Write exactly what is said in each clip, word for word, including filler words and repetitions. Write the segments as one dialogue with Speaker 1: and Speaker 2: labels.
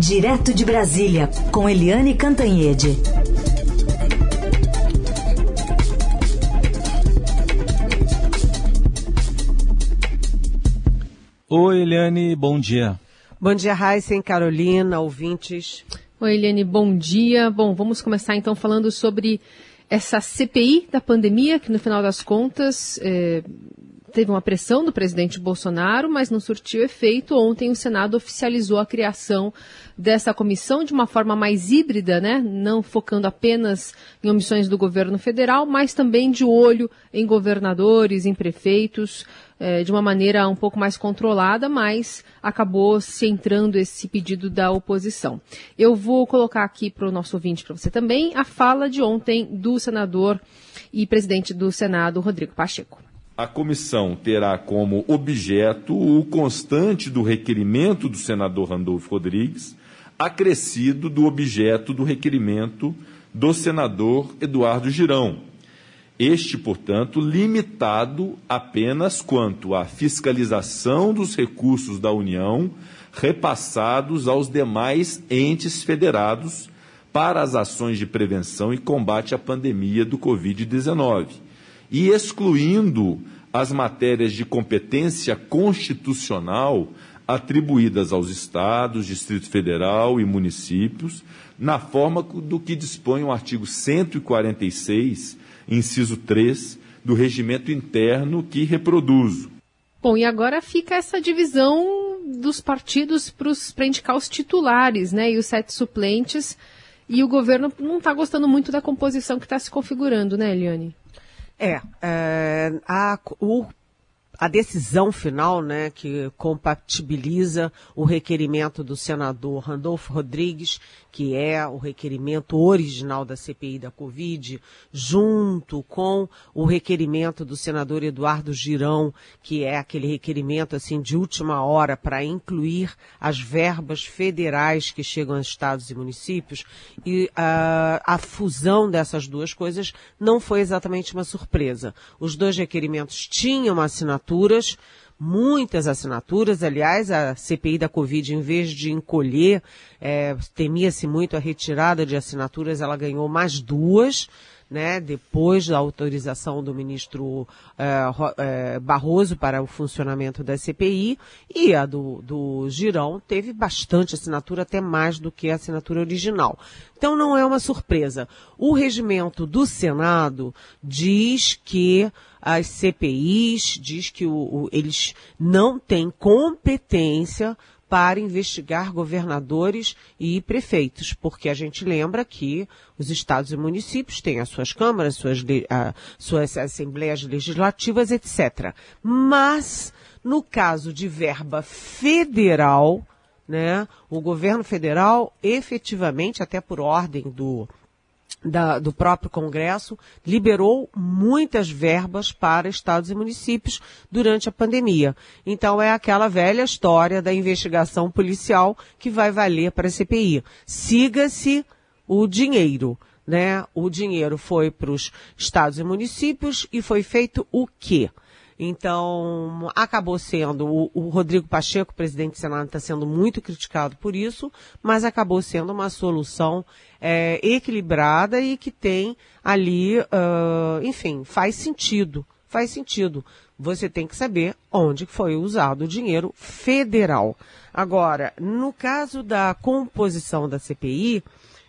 Speaker 1: Direto de Brasília, com Eliane Cantanhede.
Speaker 2: Oi, Eliane, bom dia.
Speaker 3: Bom dia, Raíssa, Carolina, ouvintes.
Speaker 4: Oi, Eliane, bom dia. Bom, vamos começar então falando sobre essa C P I da pandemia, que no final das contas é, teve uma pressão do presidente Bolsonaro, mas não surtiu efeito. Ontem o Senado oficializou a criação dessa comissão de uma forma mais híbrida, né? Não focando apenas em omissões do governo federal, mas também de olho em governadores, em prefeitos, é, de uma maneira um pouco mais controlada, mas acabou se entrando esse pedido da oposição. Eu vou colocar aqui para o nosso ouvinte, para você também, a fala de ontem do senador e presidente do Senado, Rodrigo Pacheco.
Speaker 5: A comissão terá como objeto o constante do requerimento do senador Randolfo Rodrigues, acrescido do objeto do requerimento do senador Eduardo Girão. Este, portanto, limitado apenas quanto à fiscalização dos recursos da União repassados aos demais entes federados para as ações de prevenção e combate à pandemia do covid dezenove. E excluindo as matérias de competência constitucional atribuídas aos estados, Distrito Federal e municípios, na forma do que dispõe o artigo cento e quarenta e seis, inciso três, do regimento interno que reproduzo.
Speaker 4: Bom, e agora fica essa divisão dos partidos para indicar os titulares, né, e os sete suplentes, e o governo não está gostando muito da composição que está se configurando, né, Eliane?
Speaker 3: É, é a, o, a decisão final, né, que compatibiliza o requerimento do senador Randolfo Rodrigues, que é o requerimento original da C P I da Covid, junto com o requerimento do senador Eduardo Girão, que é aquele requerimento assim de última hora para incluir as verbas federais que chegam aos estados e municípios, e uh, a fusão dessas duas coisas não foi exatamente uma surpresa. Os dois requerimentos tinham assinaturas, muitas assinaturas. Aliás, a C P I da Covid, em vez de encolher, é, temia-se muito a retirada de assinaturas, ela ganhou mais duas, né, depois da autorização do ministro é, é, Barroso para o funcionamento da C P I, e a do, do Girão teve bastante assinatura, até mais do que a assinatura original. Então não é uma surpresa. O regimento do Senado diz que as C P Is, diz que o, o, eles não têm competência para investigar governadores e prefeitos, porque a gente lembra que os estados e municípios têm as suas câmaras, suas, a, suas assembleias legislativas, etcétera. Mas, no caso de verba federal, né, o governo federal, efetivamente, até por ordem do Da, do próprio Congresso, liberou muitas verbas para estados e municípios durante a pandemia. Então é aquela velha história da investigação policial que vai valer para a C P I. Siga-se o dinheiro, né? O dinheiro foi para os estados e municípios e foi feito o quê? Então, acabou sendo, o, o Rodrigo Pacheco, presidente do Senado, está sendo muito criticado por isso, mas acabou sendo uma solução é, equilibrada e que tem ali, uh, enfim, faz sentido, faz sentido. Você tem que saber onde foi usado o dinheiro federal. Agora, no caso da composição da C P I,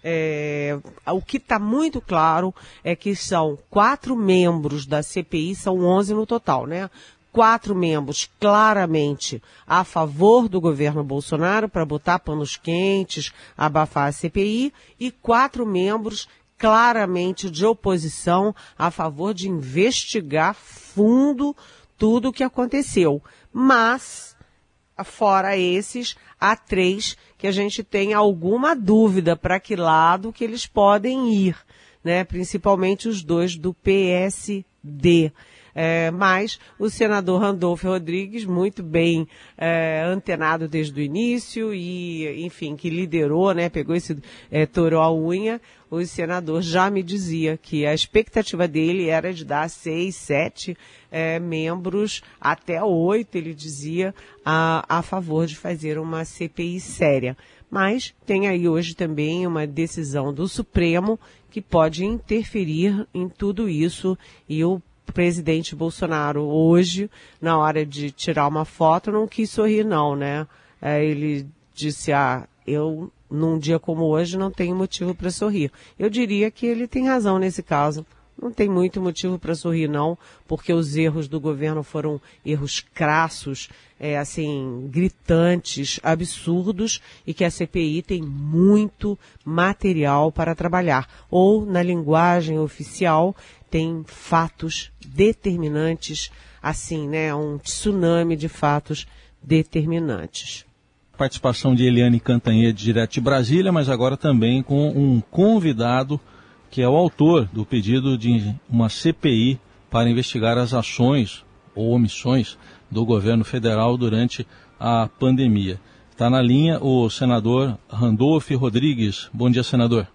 Speaker 3: É, o que está muito claro é que são quatro membros da C P I, são onze no total, né? Quatro membros claramente a favor do governo Bolsonaro para botar panos quentes, abafar a C P I, e quatro membros claramente de oposição a favor de investigar fundo tudo o que aconteceu. Mas, fora esses, há três que a gente tem alguma dúvida para que lado que eles podem ir, né? Principalmente os dois do P S D. É, mas o senador Randolfo Rodrigues, muito bem é, antenado desde o início e, enfim, que liderou, né, pegou esse, é, torou a unha, o senador já me dizia que a expectativa dele era de dar seis, sete é, membros, até oito, ele dizia, a, a favor de fazer uma C P I séria. Mas tem aí hoje também uma decisão do Supremo que pode interferir em tudo isso e o presidente Bolsonaro hoje, na hora de tirar uma foto, não quis sorrir não, né? É, ele disse, ah, eu num dia como hoje não tenho motivo para sorrir. Eu diria que ele tem razão nesse caso. Não tem muito motivo para sorrir não, porque os erros do governo foram erros crassos, é, assim, gritantes, absurdos, e que a C P I tem muito material para trabalhar. Ou, na linguagem oficial, tem fatos determinantes, assim, né, um tsunami de fatos determinantes.
Speaker 2: Participação de Eliane Cantanhede, direto de Brasília, mas agora também com um convidado que é o autor do pedido de uma C P I para investigar as ações ou omissões do governo federal durante a pandemia. Está na linha o senador Randolfo Rodrigues. Bom dia, senador.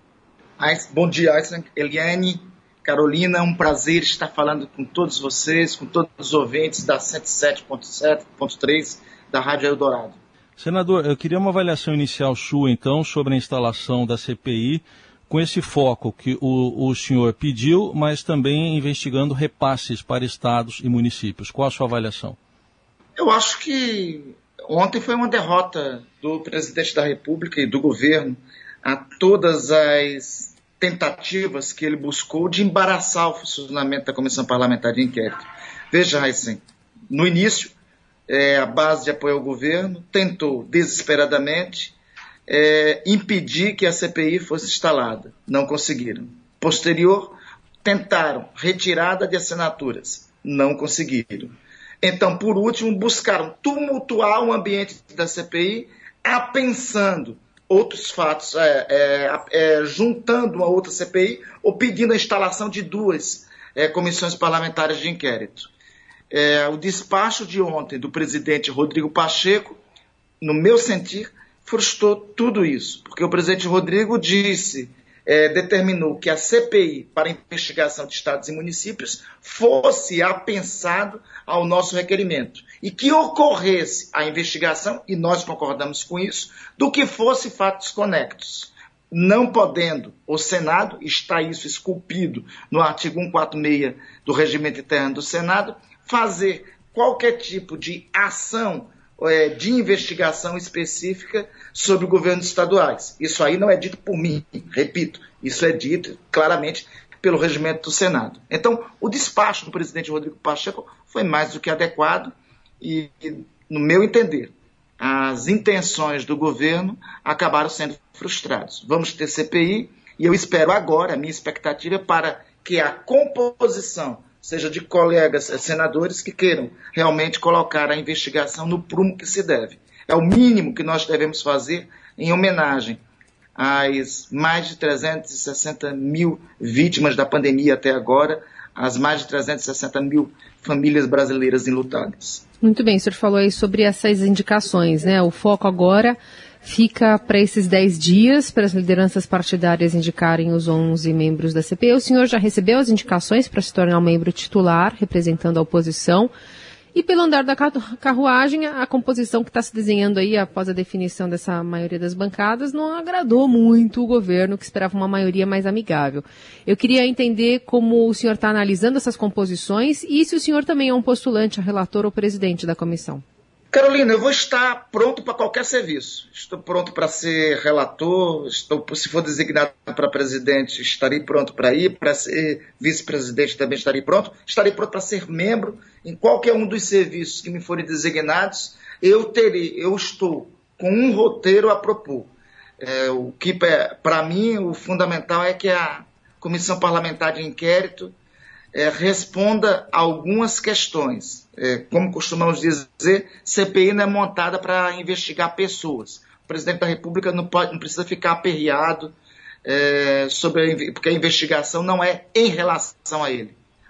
Speaker 6: Bom dia, Eliane, Carolina, é um prazer estar falando com todos vocês, com todos os ouvintes da cento e sete ponto sete ponto três da Rádio Eldorado.
Speaker 2: Senador, eu queria uma avaliação inicial sua, então, sobre a instalação da C P I, com esse foco que o, o senhor pediu, mas também investigando repasses para estados e municípios. Qual a sua avaliação?
Speaker 6: Eu acho que ontem foi uma derrota do presidente da República e do governo a todas as tentativas que ele buscou de embaraçar o funcionamento da Comissão Parlamentar de Inquérito. Veja, Raíssen, no início, é, a base de apoio ao governo tentou desesperadamente É, impedir que a C P I fosse instalada. Não conseguiram. Posterior, tentaram retirada de assinaturas. Não conseguiram. Então, por último, buscaram tumultuar o ambiente da C P I, apensando outros fatos, é, é, é, juntando uma outra C P I ou pedindo a instalação de duas é, comissões parlamentares de inquérito. É, o despacho de ontem do presidente Rodrigo Pacheco, no meu sentir, frustrou tudo isso, porque o presidente Rodrigo disse, é, determinou que a C P I para investigação de estados e municípios fosse apensado ao nosso requerimento e que ocorresse a investigação, e nós concordamos com isso, do que fosse fatos conectos. Não podendo o Senado, está isso esculpido no artigo cento e quarenta e seis do Regimento Interno do Senado, fazer qualquer tipo de ação de investigação específica sobre o governo estaduais. Isso aí não é dito por mim, repito, isso é dito claramente pelo regimento do Senado. Então, o despacho do presidente Rodrigo Pacheco foi mais do que adequado e, no meu entender, as intenções do governo acabaram sendo frustradas. Vamos ter C P I e eu espero agora, a minha expectativa é para que a composição seja de colegas senadores que queiram realmente colocar a investigação no prumo que se deve. É o mínimo que nós devemos fazer em homenagem às mais de trezentas e sessenta mil vítimas da pandemia até agora, às mais de trezentas e sessenta mil famílias brasileiras enlutadas.
Speaker 4: Muito bem, o senhor falou aí sobre essas indicações, né? O foco agora fica para esses dez dias, para as lideranças partidárias indicarem os onze membros da C P I. O senhor já recebeu as indicações para se tornar um membro titular, representando a oposição. E pelo andar da carruagem, a composição que está se desenhando aí após a definição dessa maioria das bancadas não agradou muito o governo, que esperava uma maioria mais amigável. Eu queria entender como o senhor está analisando essas composições e se o senhor também é um postulante a relator ou presidente da comissão.
Speaker 6: Carolina, eu vou estar pronto para qualquer serviço. Estou pronto para ser relator, estou, se for designado para presidente, estarei pronto para ir, para ser vice-presidente também estarei pronto, estarei pronto para ser membro em qualquer um dos serviços que me forem designados. Eu terei, eu estou com um roteiro a propor. É, o que, para mim, o fundamental é que a Comissão Parlamentar de Inquérito É, responda a algumas questões. É, como costumamos dizer, C P I não é montada para investigar pessoas. O presidente da República não, pode, não precisa ficar aperreado, é, sobre a, porque a investigação não é em relação a ele.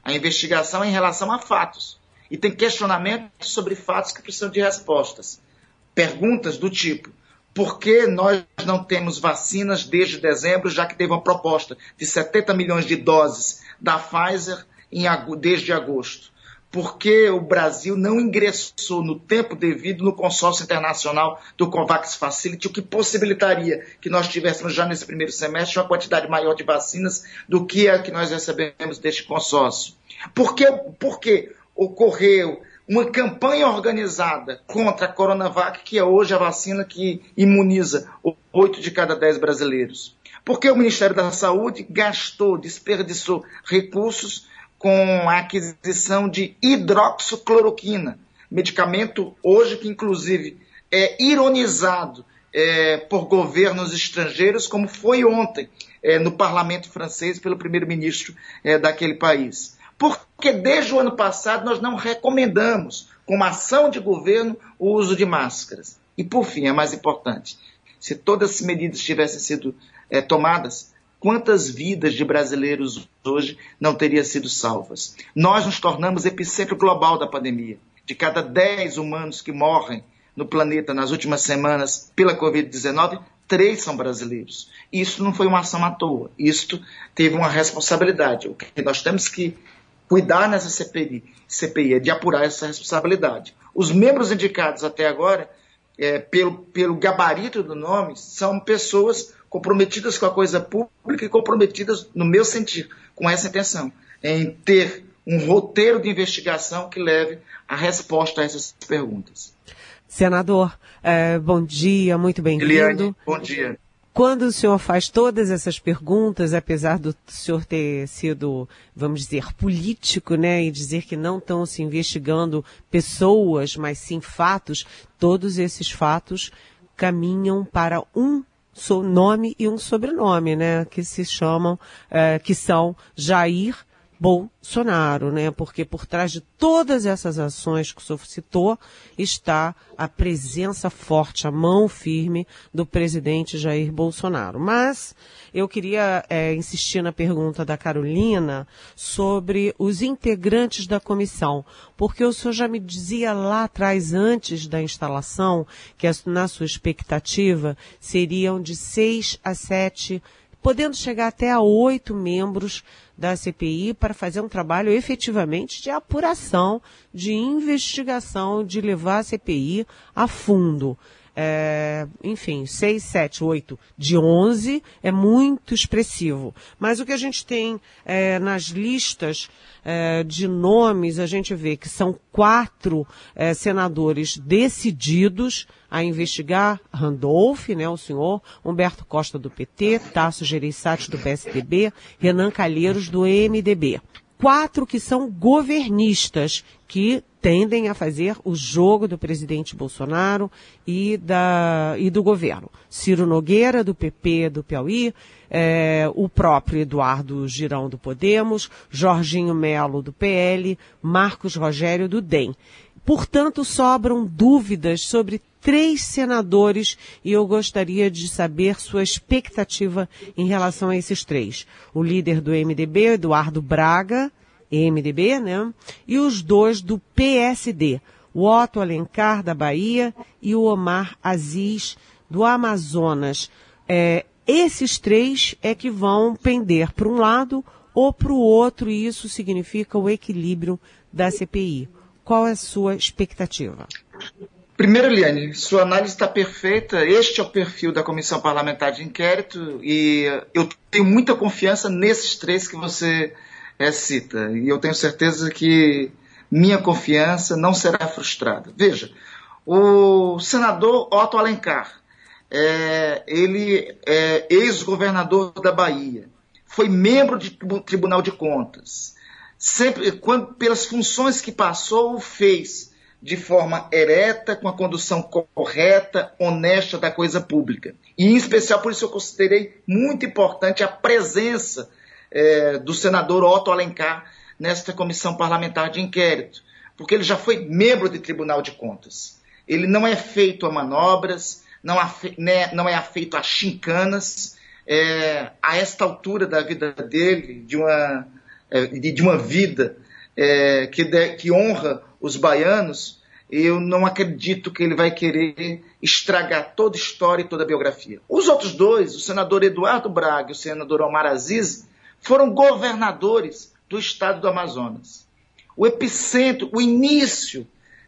Speaker 6: A investigação é em relação a fatos. E tem questionamentos sobre fatos que precisam de respostas. Perguntas do tipo: por que nós não temos vacinas desde dezembro, já que teve uma proposta de setenta milhões de doses da Pfizer em, desde agosto? Por que o Brasil não ingressou no tempo devido no consórcio internacional do COVAX Facility, o que possibilitaria que nós tivéssemos já nesse primeiro semestre uma quantidade maior de vacinas do que a que nós recebemos deste consórcio? Por que, por que ocorreu uma campanha organizada contra a Coronavac, que é hoje a vacina que imuniza oito de cada dez brasileiros? Por que o Ministério da Saúde gastou, desperdiçou recursos com a aquisição de hidroxicloroquina, medicamento hoje que inclusive é ironizado é, por governos estrangeiros, como foi ontem é, no parlamento francês pelo primeiro-ministro é, daquele país? Porque desde o ano passado nós não recomendamos, como ação de governo, o uso de máscaras. E por fim, a mais importante, se todas as medidas tivessem sido é, tomadas, quantas vidas de brasileiros hoje não teriam sido salvas? Nós nos tornamos epicentro global da pandemia. De cada dez humanos que morrem no planeta nas últimas semanas pela covid dezenove, três são brasileiros. Isso não foi uma ação à toa. Isto teve uma responsabilidade. O que nós temos que cuidar nessa C P I, C P I é de apurar essa responsabilidade. Os membros indicados até agora, é, pelo, pelo gabarito do nome, são pessoas comprometidas com a coisa pública e comprometidas, no meu sentir, com essa intenção, em ter um roteiro de investigação que leve a resposta a essas perguntas.
Speaker 3: Senador, é, bom dia, muito bem-vindo.
Speaker 6: Eliane, bom dia.
Speaker 3: Quando o senhor faz todas essas perguntas, apesar do senhor ter sido, vamos dizer, político, né, e dizer que não estão se investigando pessoas, mas sim fatos, todos esses fatos caminham para um nome e um sobrenome, né, que se chamam, é, que são Jair Bolsonaro, né, porque por trás de todas essas ações que o senhor citou está a presença forte, a mão firme do presidente Jair Bolsonaro. Mas eu queria é, insistir na pergunta da Carolina sobre os integrantes da comissão, porque o senhor já me dizia lá atrás, antes da instalação, que na sua expectativa seriam de seis a sete, podendo chegar até a oito membros da C P I para fazer um trabalho efetivamente de apuração, de investigação, de levar a C P I a fundo. É, enfim, seis, sete, oito de onze é muito expressivo. Mas o que a gente tem é, nas listas é, de nomes, a gente vê que são quatro é, senadores decididos a investigar: Randolph, né, o senhor, Humberto Costa do P T, Tasso Gereissati do P S D B, Renan Calheiros do M D B. Quatro que são governistas, que tendem a fazer o jogo do presidente Bolsonaro e, da, e do governo. Ciro Nogueira, do P P do Piauí, é, o próprio Eduardo Girão, do Podemos, Jorginho Melo, do P L, Marcos Rogério, do D E M. Portanto, sobram dúvidas sobre três senadores e eu gostaria de saber sua expectativa em relação a esses três. O líder do M D B, Eduardo Braga, M D B, né? E os dois do P S D, o Otto Alencar, da Bahia, e o Omar Aziz, do Amazonas. É, esses três é que vão pender para um lado ou para o outro, e isso significa o equilíbrio da C P I. Qual é a sua expectativa?
Speaker 6: Primeiro, Eliane, sua análise está perfeita. Este é o perfil da Comissão Parlamentar de Inquérito e eu tenho muita confiança nesses três que você é, cita. E eu tenho certeza que minha confiança não será frustrada. Veja, o senador Otto Alencar, é, ele é ex-governador da Bahia, foi membro do Tribunal de Contas. Sempre, quando, pelas funções que passou, o fez de forma ereta, com a condução correta, honesta da coisa pública. E, em especial, por isso eu considerei muito importante a presença é, do senador Otto Alencar nesta comissão parlamentar de inquérito, porque ele já foi membro do Tribunal de Contas. Ele não é feito a manobras, não, afe, né, não é afeito a chincanas. É, a esta altura da vida dele, de uma é, de, de uma vida é, que, de, que honra os baianos, eu não acredito que ele vai querer estragar toda a história e toda a biografia. Os outros dois, o senador Eduardo Braga e o senador Omar Aziz, foram governadores do estado do Amazonas. O epicentro, o início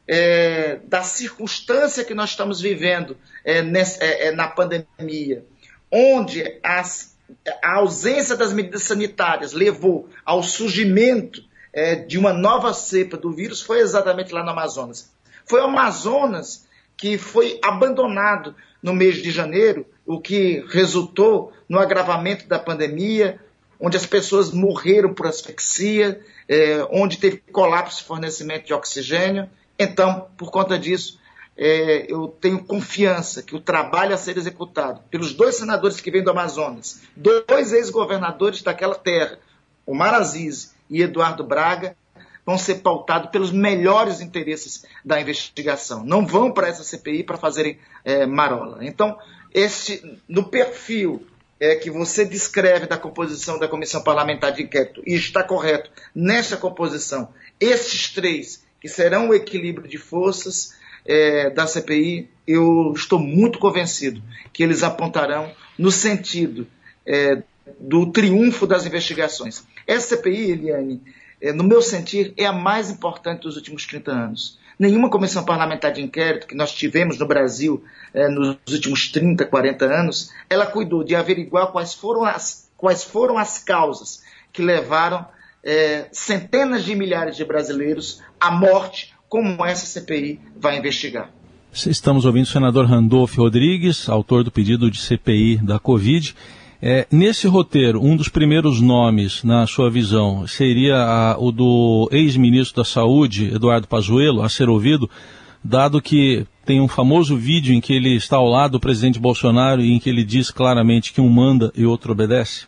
Speaker 6: é, da circunstância que nós estamos vivendo é, nessa, é, na pandemia, onde as, a ausência das medidas sanitárias levou ao surgimento é, de uma nova cepa do vírus, foi exatamente lá no Amazonas. Foi o Amazonas que foi abandonado no mês de janeiro, o que resultou no agravamento da pandemia, onde as pessoas morreram por asfixia, é, onde teve colapso de fornecimento de oxigênio. Então, por conta disso, é, eu tenho confiança que o trabalho a ser executado pelos dois senadores que vêm do Amazonas, dois ex-governadores daquela terra, Omar Aziz e Eduardo Braga, vão ser pautados pelos melhores interesses da investigação. Não vão para essa C P I para fazerem é, marola. Então, esse, no perfil é, que você descreve da composição da Comissão Parlamentar de Inquérito, e está correto, nessa composição, esses três que serão o equilíbrio de forças é, da C P I, eu estou muito convencido que eles apontarão no sentido é, do triunfo das investigações. Essa C P I, Eliane, no meu sentir, é a mais importante dos últimos trinta anos. Nenhuma comissão parlamentar de inquérito que nós tivemos no Brasil eh, nos últimos trinta, quarenta anos, ela cuidou de averiguar quais foram as, quais foram as causas que levaram eh, centenas de milhares de brasileiros à morte, como essa C P I vai investigar.
Speaker 2: Estamos ouvindo o senador Randolfo Rodrigues, autor do pedido de C P I da Covid. É, nesse roteiro, um dos primeiros nomes, na sua visão, seria a, o do ex-ministro da Saúde, Eduardo Pazuello, a ser ouvido, dado que tem um famoso vídeo em que ele está ao lado do presidente Bolsonaro e em que ele diz claramente que um manda e outro obedece?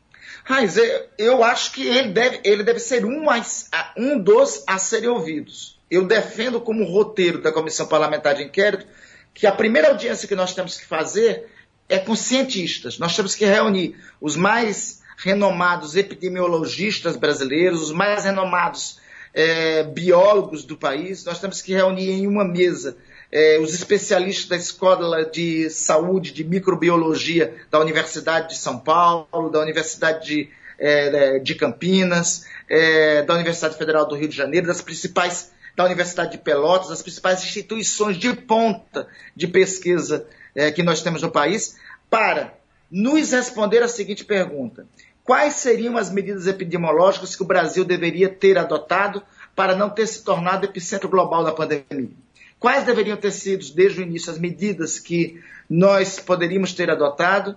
Speaker 6: Raiz, eu acho que ele deve, ele deve ser um, um dos a serem ouvidos. Eu defendo como roteiro da Comissão Parlamentar de Inquérito que a primeira audiência que nós temos que fazer é com cientistas. Nós temos que reunir os mais renomados epidemiologistas brasileiros, os mais renomados é, biólogos do país. Nós temos que reunir em uma mesa é, os especialistas da Escola de Saúde, de Microbiologia da Universidade de São Paulo, da Universidade de, é, de Campinas, é, da Universidade Federal do Rio de Janeiro, das principais, da Universidade de Pelotas, das principais instituições de ponta de pesquisa É, que nós temos no país, para nos responder a seguinte pergunta: quais seriam as medidas epidemiológicas que o Brasil deveria ter adotado para não ter se tornado epicentro global da pandemia? Quais deveriam ter sido, desde o início, as medidas que nós poderíamos ter adotado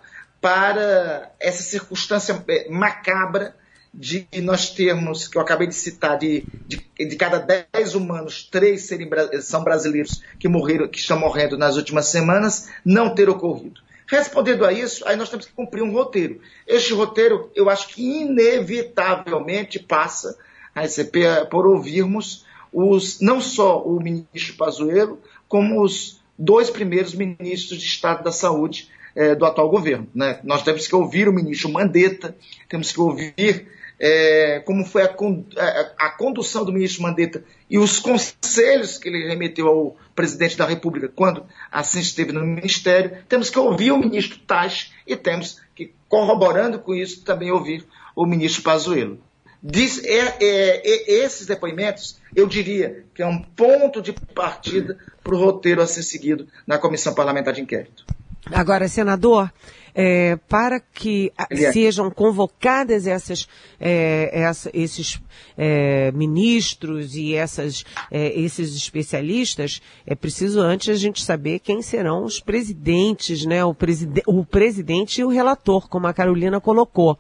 Speaker 6: para essa circunstância macabra de nós termos, que eu acabei de citar, de, de, de cada dez humanos, três serem, são brasileiros que morreram, que estão morrendo nas últimas semanas, não ter ocorrido. Respondendo a isso, aí nós temos que cumprir um roteiro. Este roteiro, eu acho que inevitavelmente passa a C P I por ouvirmos os, não só o ministro Pazuello, como os dois primeiros ministros de Estado da Saúde eh, do atual governo, né? Nós temos que ouvir o ministro Mandetta, temos que ouvir É, como foi a, a, a condução do ministro Mandetta e os conselhos que ele remeteu ao presidente da República quando assim esteve no ministério. Temos que ouvir o ministro Taixe e temos que, corroborando com isso, também ouvir o ministro Pazuello. Diz, é, é, é, esses depoimentos, eu diria que é um ponto de partida para o roteiro a ser seguido na Comissão Parlamentar de Inquérito.
Speaker 3: Agora, senador, é, para que
Speaker 6: Eliane.
Speaker 3: sejam convocadas essas, é, essa, esses é, ministros e essas, é, esses especialistas, é preciso antes a gente saber quem serão os presidentes, né? O, preside, o presidente e o relator, como a Carolina colocou.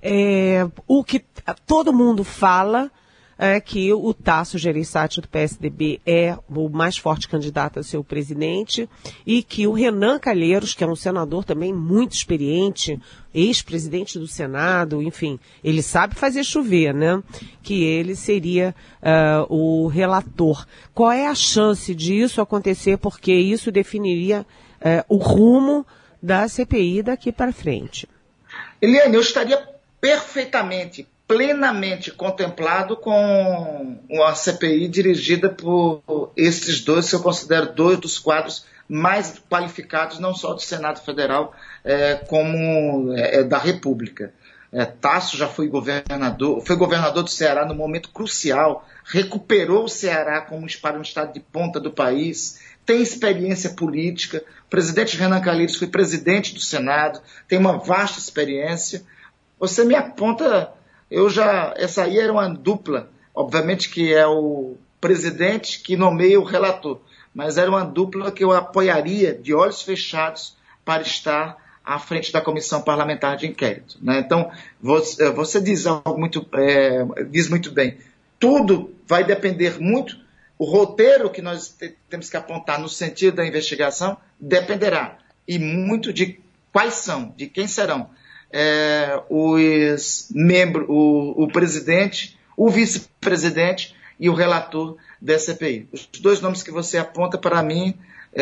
Speaker 3: É, o que todo mundo fala é que o Tasso Gereissati do P S D B é o mais forte candidato a ser o presidente e que o Renan Calheiros, que é um senador também muito experiente, ex-presidente do Senado, enfim, ele sabe fazer chover, né? Que ele seria uh, o relator. Qual é a chance disso acontecer? Porque isso definiria uh, o rumo da C P I daqui para frente.
Speaker 6: Eliane, eu estaria perfeitamente plenamente contemplado com uma C P I dirigida por esses dois, que eu considero dois dos quadros mais qualificados, não só do Senado Federal, é, como é, da República. É, Tasso já foi governador, foi governador do Ceará no momento crucial, recuperou o Ceará como um estado de ponta do país, tem experiência política. O presidente Renan Calheiros foi presidente do Senado, tem uma vasta experiência. Você me aponta, eu já, essa aí era uma dupla, obviamente que é o presidente que nomeia o relator, mas era uma dupla que eu apoiaria de olhos fechados para estar à frente da comissão parlamentar de inquérito, né? Então, você, você diz algo muito, é, diz muito bem, tudo vai depender muito, o roteiro que nós te, temos que apontar no sentido da investigação dependerá, e muito de quais são, de quem serão é, os membros, o, o presidente, o vice-presidente e o relator da C P I. Os dois nomes que você aponta, para mim,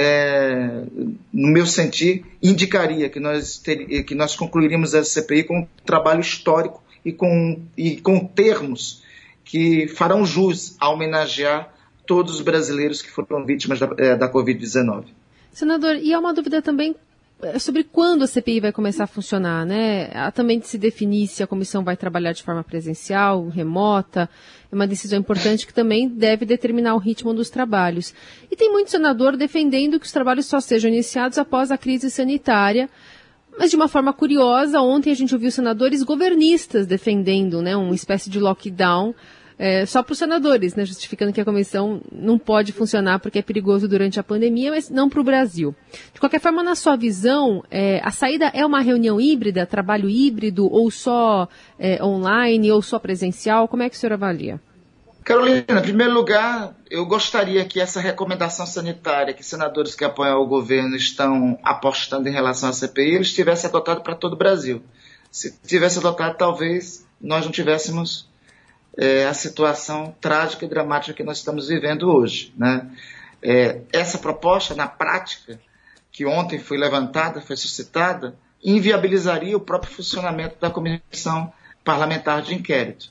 Speaker 6: é, no meu sentir, indicaria que nós, ter, que nós concluiríamos a C P I com um trabalho histórico e com, e com termos que farão jus a homenagear todos os brasileiros que foram vítimas da, da covid dezenove.
Speaker 4: Senador, e há uma dúvida também sobre quando a C P I vai começar a funcionar, né? Há também de se definir se a comissão vai trabalhar de forma presencial, remota. É uma decisão importante que também deve determinar o ritmo dos trabalhos. E tem muito senador defendendo que os trabalhos só sejam iniciados após a crise sanitária. Mas de uma forma curiosa, ontem a gente ouviu senadores governistas defendendo, né, uma espécie de lockdown é, só para os senadores, né, justificando que a comissão não pode funcionar porque é perigoso durante a pandemia, mas não para o Brasil. De qualquer forma, na sua visão, é, a saída é uma reunião híbrida, trabalho híbrido, ou só é, online, ou só presencial? Como é que o senhor avalia?
Speaker 6: Carolina, em primeiro lugar, eu gostaria que essa recomendação sanitária que senadores que apoiam o governo estão apostando em relação à C P I, eles tivessem adotado para todo o Brasil. Se tivesse adotado, talvez nós não tivéssemos é, a situação trágica e dramática que nós estamos vivendo hoje, né? É, essa proposta, na prática, que ontem foi levantada, foi suscitada, inviabilizaria o próprio funcionamento da comissão parlamentar de inquérito.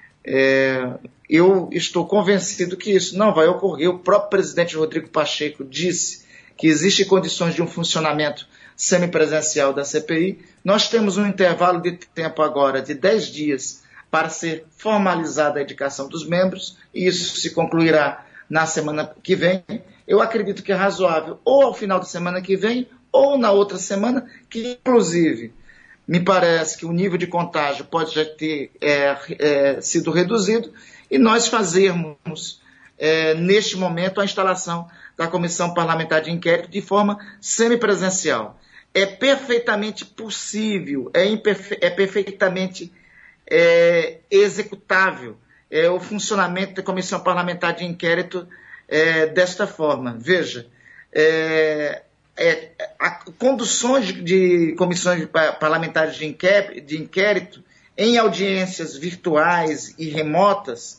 Speaker 6: É, eu estou convencido que isso não vai ocorrer. O próprio presidente Rodrigo Pacheco disse que existem condições de um funcionamento semipresencial da C P I. Nós temos um intervalo de tempo agora de dez dias para ser formalizada a indicação dos membros, e isso se concluirá na semana que vem. Eu acredito que é razoável ou ao final da semana que vem ou na outra semana, que inclusive me parece que o nível de contágio pode já ter é, é, sido reduzido, e nós fazermos, é, neste momento, a instalação da Comissão Parlamentar de Inquérito de forma semipresencial. É perfeitamente possível, é, imperfe- é perfeitamente é, executável é, o funcionamento da Comissão Parlamentar de Inquérito é, desta forma. Veja, é, É, a, conduções de, de comissões parlamentares de inquérito, de inquérito em audiências virtuais e remotas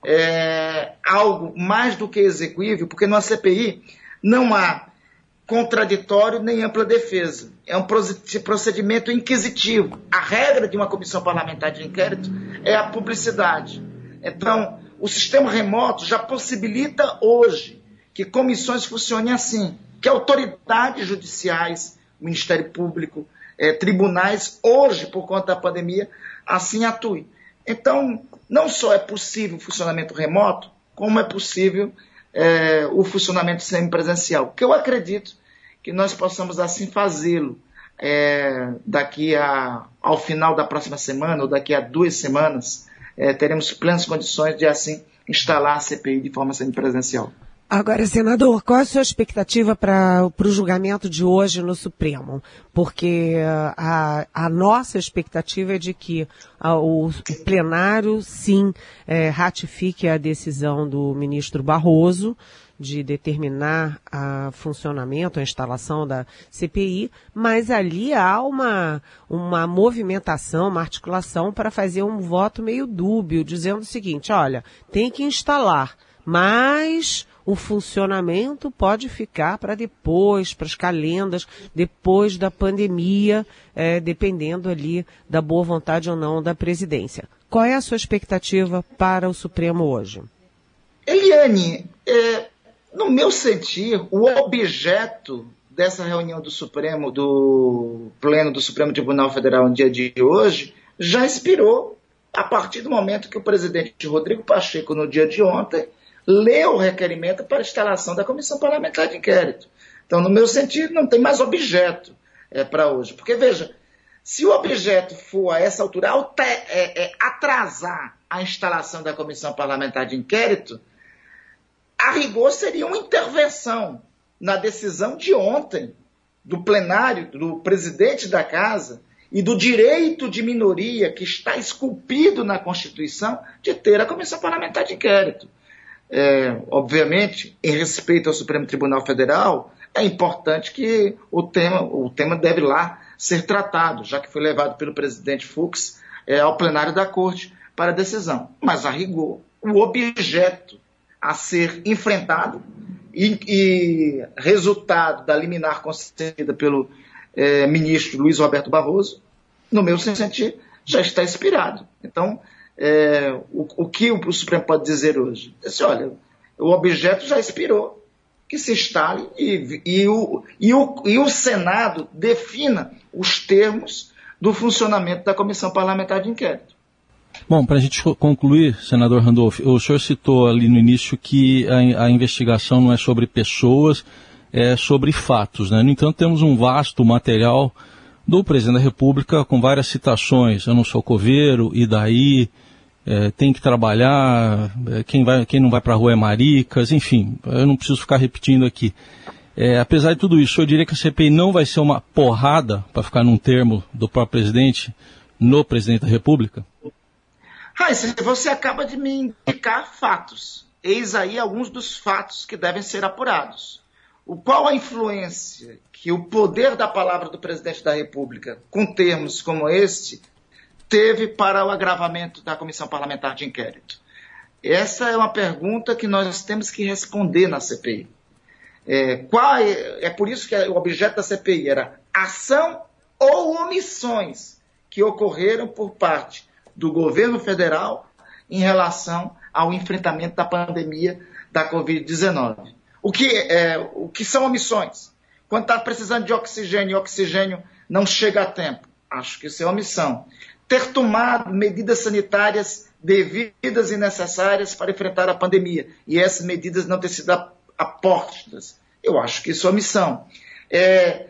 Speaker 6: é algo mais do que execuível, porque numa C P I não há contraditório nem ampla defesa. É um procedimento inquisitivo. A regra de uma comissão parlamentar de inquérito é a publicidade. Então, o sistema remoto já possibilita hoje que comissões funcionem assim, que autoridades judiciais, Ministério Público, eh, tribunais, hoje, por conta da pandemia, assim atuem. Então, não só é possível o funcionamento remoto, como é possível eh, o funcionamento semipresencial, que eu acredito que nós possamos assim fazê-lo eh, daqui a, ao final da próxima semana, ou daqui a duas semanas, eh, teremos plenas condições de assim instalar a C P I de forma semipresencial.
Speaker 3: Agora, senador, qual é a sua expectativa para o julgamento de hoje no Supremo? Porque a, a nossa expectativa é de que a, o, o plenário, sim, é, ratifique a decisão do ministro Barroso de determinar o funcionamento, a instalação da C P I, mas ali há uma, uma movimentação, uma articulação para fazer um voto meio dúbio, dizendo o seguinte: olha, tem que instalar, mas o funcionamento pode ficar para depois, para as calendas, depois da pandemia, é, dependendo ali da boa vontade ou não da presidência. Qual é a sua expectativa para o Supremo hoje?
Speaker 6: Eliane, é, no meu sentir, o objeto dessa reunião do Supremo, do Pleno do Supremo Tribunal Federal no dia de hoje, já expirou a partir do momento que o presidente Rodrigo Pacheco, no dia de ontem, leu o requerimento para a instalação da Comissão Parlamentar de Inquérito. Então, no meu sentido, não tem mais objeto é, para hoje. Porque, veja, se o objeto for, a essa altura, alter, é, é, atrasar a instalação da Comissão Parlamentar de Inquérito, a rigor seria uma intervenção na decisão de ontem do plenário, do presidente da Casa e do direito de minoria que está esculpido na Constituição de ter a Comissão Parlamentar de Inquérito. É, obviamente, em respeito ao Supremo Tribunal Federal, é importante que o tema, o tema deve lá ser tratado, já que foi levado pelo presidente Fux é, ao plenário da Corte para decisão. Mas, a rigor, o objeto a ser enfrentado e, e resultado da liminar concedida pelo é, ministro Luiz Roberto Barroso, no meu sentir, já está expirado. Então, é, o, o que o, o Supremo pode dizer hoje? Diz, olha, o objeto já expirou, que se instale e, e, o, e, o, e o Senado defina os termos do funcionamento da Comissão Parlamentar de Inquérito.
Speaker 2: Bom, para a gente concluir, senador Randolph, o senhor citou ali no início que a, a investigação não é sobre pessoas, é sobre fatos, né? No entanto, temos um vasto material do presidente da República com várias citações. Eu não sou coveiro, e daí? É, tem que trabalhar, é, quem, vai, quem não vai para a rua é maricas, enfim, eu não preciso ficar repetindo aqui. É, apesar de tudo isso, eu diria que a C P I não vai ser uma porrada, para ficar num termo do próprio presidente, no presidente da República?
Speaker 6: Raíssa, você acaba de me indicar fatos. Eis aí alguns dos fatos que devem ser apurados. O, qual a influência que o poder da palavra do presidente da República, com termos como este, teve para o agravamento da Comissão Parlamentar de Inquérito? Essa é uma pergunta que nós temos que responder na C P I. É, qual é, é por isso que o objeto da C P I era ação ou omissões que ocorreram por parte do governo federal em relação ao enfrentamento da pandemia da covid dezenove. O que, é, o que são omissões? Quando está precisando de oxigênio e o oxigênio não chega a tempo. Acho que isso é omissão. Ter tomado medidas sanitárias devidas e necessárias para enfrentar a pandemia e essas medidas não ter sido apostas. Eu acho que isso é omissão. É,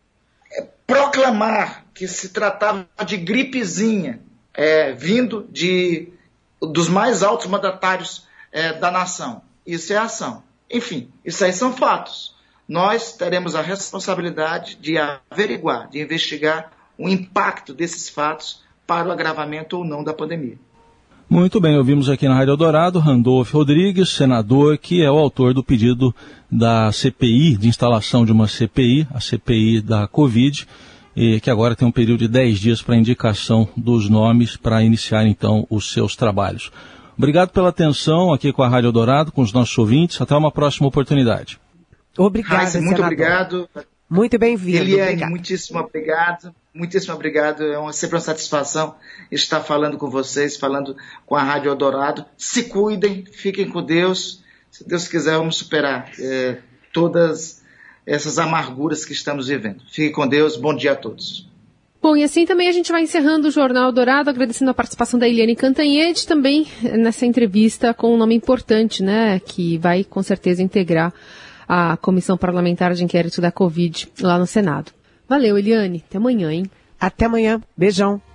Speaker 6: é proclamar que se tratava de gripezinha, É, vindo de, dos mais altos mandatários é, da nação. Isso é ação. Enfim, isso aí são fatos. Nós teremos a responsabilidade de averiguar, de investigar o impacto desses fatos para o agravamento ou não da pandemia.
Speaker 2: Muito bem, ouvimos aqui na Rádio Eldorado Randolph Rodrigues, senador, que é o autor do pedido da C P I, de instalação de uma C P I, a C P I da Covid, e que agora tem um período de dez dias para indicação dos nomes para iniciar, então, os seus trabalhos. Obrigado pela atenção aqui com a Rádio Eldorado, com os nossos ouvintes. Até uma próxima oportunidade.
Speaker 3: Obrigada,
Speaker 6: Raíssa, muito obrigado.
Speaker 3: Muito bem-vindo.
Speaker 6: Eliane,
Speaker 3: obrigado.
Speaker 6: muitíssimo obrigado. Muitíssimo obrigado. É uma, sempre uma satisfação estar falando com vocês, falando com a Rádio Eldorado. Se cuidem, fiquem com Deus. Se Deus quiser, vamos superar é, todas essas amarguras que estamos vivendo. Fique com Deus, bom dia a todos.
Speaker 4: Bom, e assim também a gente vai encerrando o Jornal Dourado, agradecendo a participação da Eliane Cantanhede, também nessa entrevista com um nome importante, né, que vai com certeza integrar a Comissão Parlamentar de Inquérito da Covid lá no Senado. Valeu, Eliane, até amanhã, hein?
Speaker 3: Até amanhã, beijão.